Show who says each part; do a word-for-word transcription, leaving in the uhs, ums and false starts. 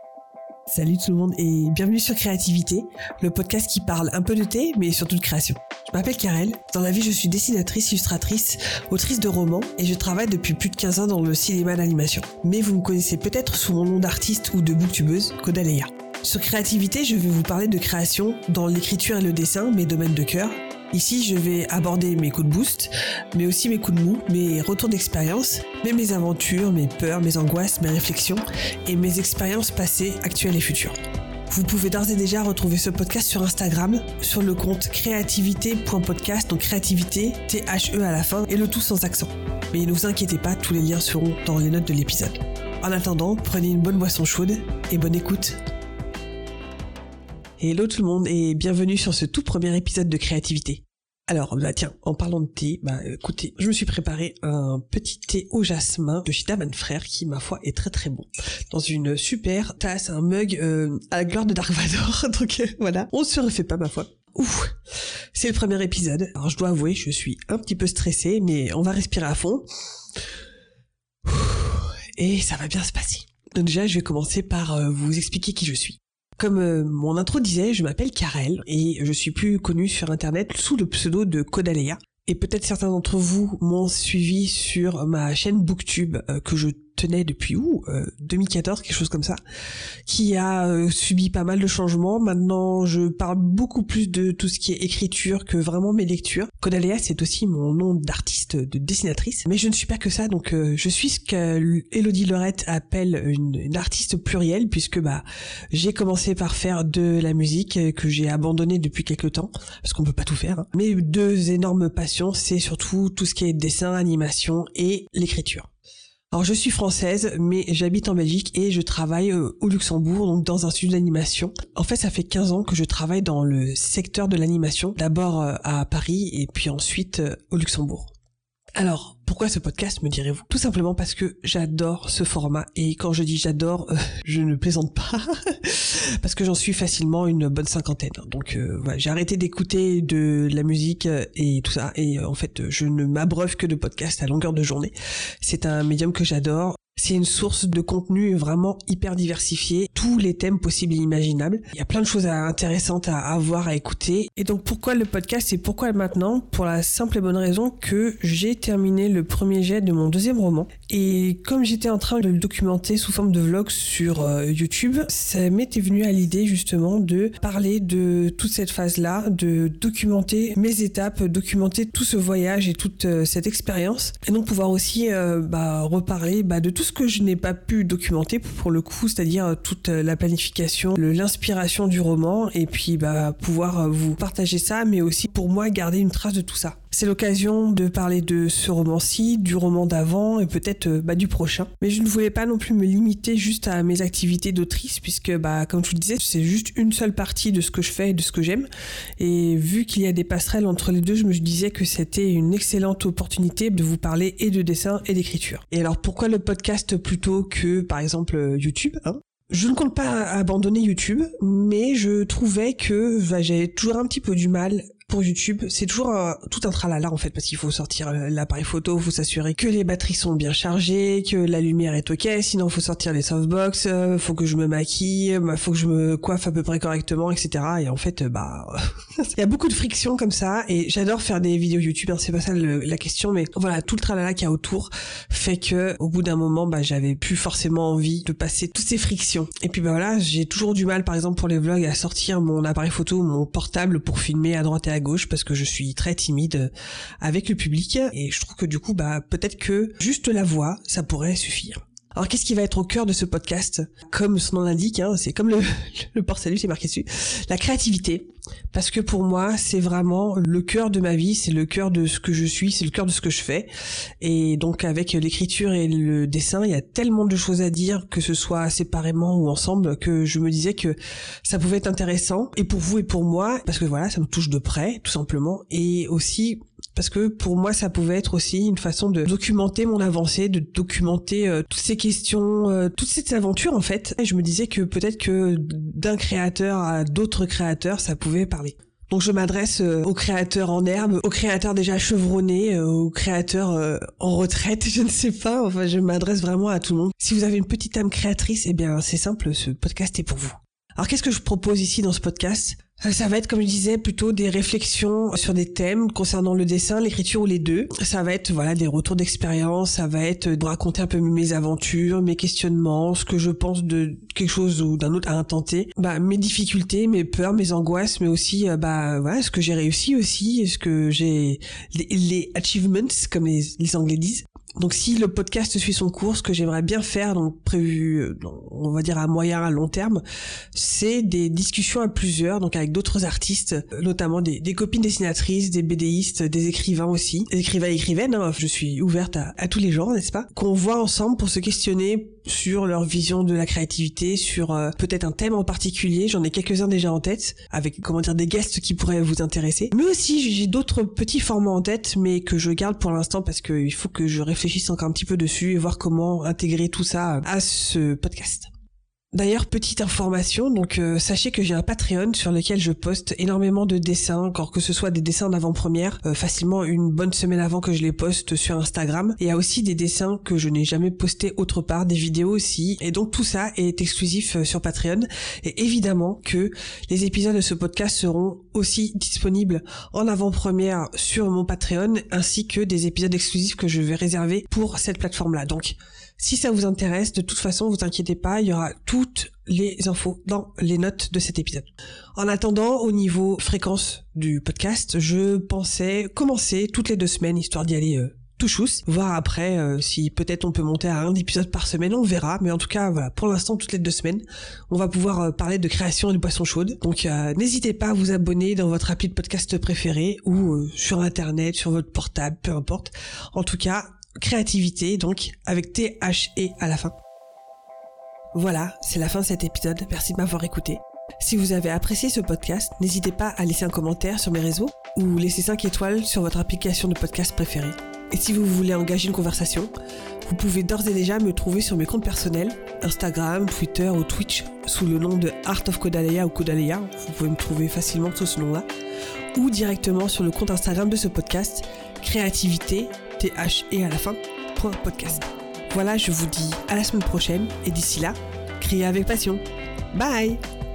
Speaker 1: Salut tout le monde et bienvenue sur Créativité, le podcast qui parle un peu de thé mais surtout de création. Je m'appelle Karel, dans la vie je suis dessinatrice, illustratrice, autrice de romans et je travaille depuis plus de quinze ans dans le cinéma d'animation. Mais vous me connaissez peut-être sous mon nom d'artiste ou de booktubeuse, Kodaleya. Sur Créativité, je vais vous parler de création dans l'écriture et le dessin, mes domaines de cœur. Ici, je vais aborder mes coups de boost, mais aussi mes coups de mou, mes retours d'expérience, mais mes aventures, mes peurs, mes angoisses, mes réflexions et mes expériences passées, actuelles et futures. Vous pouvez d'ores et déjà retrouver ce podcast sur Instagram, sur le compte créativité point podcast, donc créativité, T H E à la fin, et le tout sans accent. Mais ne vous inquiétez pas, tous les liens seront dans les notes de l'épisode. En attendant, prenez une bonne boisson chaude et bonne écoute. Hello tout le monde et bienvenue sur ce tout premier épisode de Créativité. Alors, bah tiens, en parlant de thé, bah écoutez, je me suis préparé un petit thé au jasmin de chez Daman Frères qui, ma foi, est très très bon. Dans une super tasse, un mug euh, à la gloire de Dark Vador, donc euh, voilà, on se refait pas, ma foi. Ouf, c'est le premier épisode. Alors je dois avouer, je suis un petit peu stressée, mais on va respirer à fond. Et ça va bien se passer. Donc déjà, je vais commencer par euh, vous expliquer qui je suis. Comme euh, mon intro disait, je m'appelle Karel et je suis plus connue sur internet sous le pseudo de Kodaleya. Et peut-être certains d'entre vous m'ont suivi sur ma chaîne Booktube euh, que je tenais depuis où euh, deux mille quatorze, quelque chose comme ça, qui a euh, subi pas mal de changements. Maintenant, je parle beaucoup plus de tout ce qui est écriture que vraiment mes lectures. Kodaleya, c'est aussi mon nom d'artiste, de dessinatrice, mais je ne suis pas que ça. Donc, euh, je suis ce que Elodie Lorette appelle une, une artiste plurielle, puisque bah j'ai commencé par faire de la musique euh, que j'ai abandonnée depuis quelques temps, parce qu'on peut pas tout faire. Hein. Mes deux énormes passions, c'est surtout tout ce qui est dessin, animation et l'écriture. Alors je suis française, mais j'habite en Belgique et je travaille euh, au Luxembourg, donc dans un studio d'animation. En fait, ça fait quinze ans que je travaille dans le secteur de l'animation, d'abord euh, à Paris et puis ensuite euh, au Luxembourg. Alors, pourquoi ce podcast, me direz-vous ? Tout simplement parce que j'adore ce format, et quand je dis j'adore, euh, je ne plaisante pas, parce que j'en suis facilement une bonne cinquantaine. Donc euh, voilà, j'ai arrêté d'écouter de la musique et tout ça, et euh, en fait, je ne m'abreuve que de podcasts à longueur de journée. C'est un médium que j'adore. C'est une source de contenu vraiment hyper diversifié, tous les thèmes possibles et imaginables. Il y a plein de choses intéressantes à, à voir, à écouter. Et donc pourquoi le podcast et pourquoi maintenant ? Pour la simple et bonne raison que j'ai terminé le premier jet de mon deuxième roman. Et comme j'étais en train de le documenter sous forme de vlog sur euh, YouTube, ça m'était venu à l'idée justement de parler de toute cette phase-là, de documenter mes étapes, documenter tout ce voyage et toute euh, cette expérience. Et donc pouvoir aussi euh, bah, reparler bah, de tout ce que je n'ai pas pu documenter pour le coup, c'est-à-dire toute la planification, le, l'inspiration du roman, et puis bah pouvoir vous partager ça, mais aussi pour moi garder une trace de tout ça. C'est l'occasion de parler de ce roman-ci, du roman d'avant et peut-être bah, du prochain. Mais je ne voulais pas non plus me limiter juste à mes activités d'autrice, puisque bah comme je vous le disais, c'est juste une seule partie de ce que je fais et de ce que j'aime. Et vu qu'il y a des passerelles entre les deux, je me disais que c'était une excellente opportunité de vous parler et de dessin et d'écriture. Et alors pourquoi le podcast plutôt que par exemple YouTube, hein ? Je ne compte pas abandonner YouTube, mais je trouvais que bah, j'avais toujours un petit peu du mal pour YouTube. C'est toujours un, tout un tralala en fait, parce qu'il faut sortir l'appareil photo, il faut s'assurer que les batteries sont bien chargées, que la lumière est ok, sinon il faut sortir les softbox, euh, faut que je me maquille, bah, faut que je me coiffe à peu près correctement, et cetera. Et en fait, bah, il y a beaucoup de friction comme ça, et j'adore faire des vidéos YouTube, hein, c'est pas ça le, la question, mais voilà, tout le tralala qu'il y a autour fait que au bout d'un moment, bah, j'avais plus forcément envie de passer toutes ces frictions. Et puis bah voilà, j'ai toujours du mal, par exemple pour les vlogs, à sortir mon appareil photo, mon portable pour filmer à droite et à gauche, parce que je suis très timide avec le public, et je trouve que du coup bah peut-être que juste la voix ça pourrait suffire. Alors qu'est-ce qui va être au cœur de ce podcast ? Comme son nom l'indique, hein, c'est comme le, le port-salut, c'est marqué dessus, la créativité. Parce que pour moi, c'est vraiment le cœur de ma vie, c'est le cœur de ce que je suis, c'est le cœur de ce que je fais. Et donc avec l'écriture et le dessin, il y a tellement de choses à dire, que ce soit séparément ou ensemble, que je me disais que ça pouvait être intéressant, et pour vous et pour moi, parce que voilà, ça me touche de près, tout simplement, et aussi parce que pour moi ça pouvait être aussi une façon de documenter mon avancée, de documenter euh, toutes ces questions, euh, toutes ces aventures en fait. Et je me disais que peut-être que d'un créateur à d'autres créateurs ça pouvait parler. Donc je m'adresse euh, aux créateurs en herbe, aux créateurs déjà chevronnés, euh, aux créateurs euh, en retraite, je ne sais pas. Enfin, je m'adresse vraiment à tout le monde. Si vous avez une petite âme créatrice, eh bien c'est simple, ce podcast est pour vous. Alors qu'est-ce que je propose ici dans ce podcast ? Ça va être, comme je disais, plutôt des réflexions sur des thèmes concernant le dessin, l'écriture ou les deux. Ça va être, voilà, des retours d'expérience, ça va être de raconter un peu mes aventures, mes questionnements, ce que je pense de quelque chose ou d'un autre à intenter. Bah, mes difficultés, mes peurs, mes angoisses, mais aussi, euh, bah, voilà, ce que j'ai réussi aussi, ce que j'ai, les, les achievements, comme les, les Anglais disent. Donc si le podcast suit son cours, ce que j'aimerais bien faire, donc prévu, on va dire à moyen, à long terme, c'est des discussions à plusieurs, donc avec d'autres artistes, notamment des, des copines dessinatrices, des BDistes, des écrivains aussi, des écrivains et écrivaines, hein, je suis ouverte à, à tous les genres, n'est-ce pas, qu'on voit ensemble pour se questionner sur leur vision de la créativité, sur euh, peut-être un thème en particulier. J'en ai quelques-uns déjà en tête, avec, comment dire, des guests qui pourraient vous intéresser. Mais aussi, j'ai d'autres petits formats en tête, mais que je garde pour l'instant parce qu'il faut que je réfléchisse encore un petit peu dessus et voir comment intégrer tout ça à ce podcast. D'ailleurs, petite information, donc euh, sachez que j'ai un Patreon sur lequel je poste énormément de dessins, encore que ce soit des dessins d'avant-première, euh, facilement une bonne semaine avant que je les poste sur Instagram. Et il y a aussi des dessins que je n'ai jamais postés autre part, des vidéos aussi. Et donc tout ça est exclusif euh, sur Patreon. Et évidemment que les épisodes de ce podcast seront aussi disponibles en avant-première sur mon Patreon, ainsi que des épisodes exclusifs que je vais réserver pour cette plateforme-là. Donc si ça vous intéresse, de toute façon, vous inquiétez pas, il y aura toutes les infos dans les notes de cet épisode. En attendant, au niveau fréquence du podcast, je pensais commencer toutes les deux semaines, histoire d'y aller euh, tout chousse, voir après euh, si peut-être on peut monter à un épisode par semaine, on verra, mais en tout cas, voilà, pour l'instant, toutes les deux semaines, on va pouvoir euh, parler de création et de boissons chaudes. Donc euh, n'hésitez pas à vous abonner dans votre appli de podcast préféré ou euh, sur internet, sur votre portable, peu importe. En tout cas, créativité, donc avec T H E à la fin. Voilà, c'est la fin de cet épisode. Merci de m'avoir écouté. Si vous avez apprécié ce podcast, n'hésitez pas à laisser un commentaire sur mes réseaux ou laisser cinq étoiles sur votre application de podcast préférée. Et si vous voulez engager une conversation, vous pouvez d'ores et déjà me trouver sur mes comptes personnels, Instagram, Twitter ou Twitch, sous le nom de Art of Kodaleya ou Kodaleya. Vous pouvez me trouver facilement sous ce nom-là. Ou directement sur le compte Instagram de ce podcast, créativité, T H E à la fin, point podcast. Voilà, je vous dis à la semaine prochaine, et d'ici là, créez avec passion. Bye!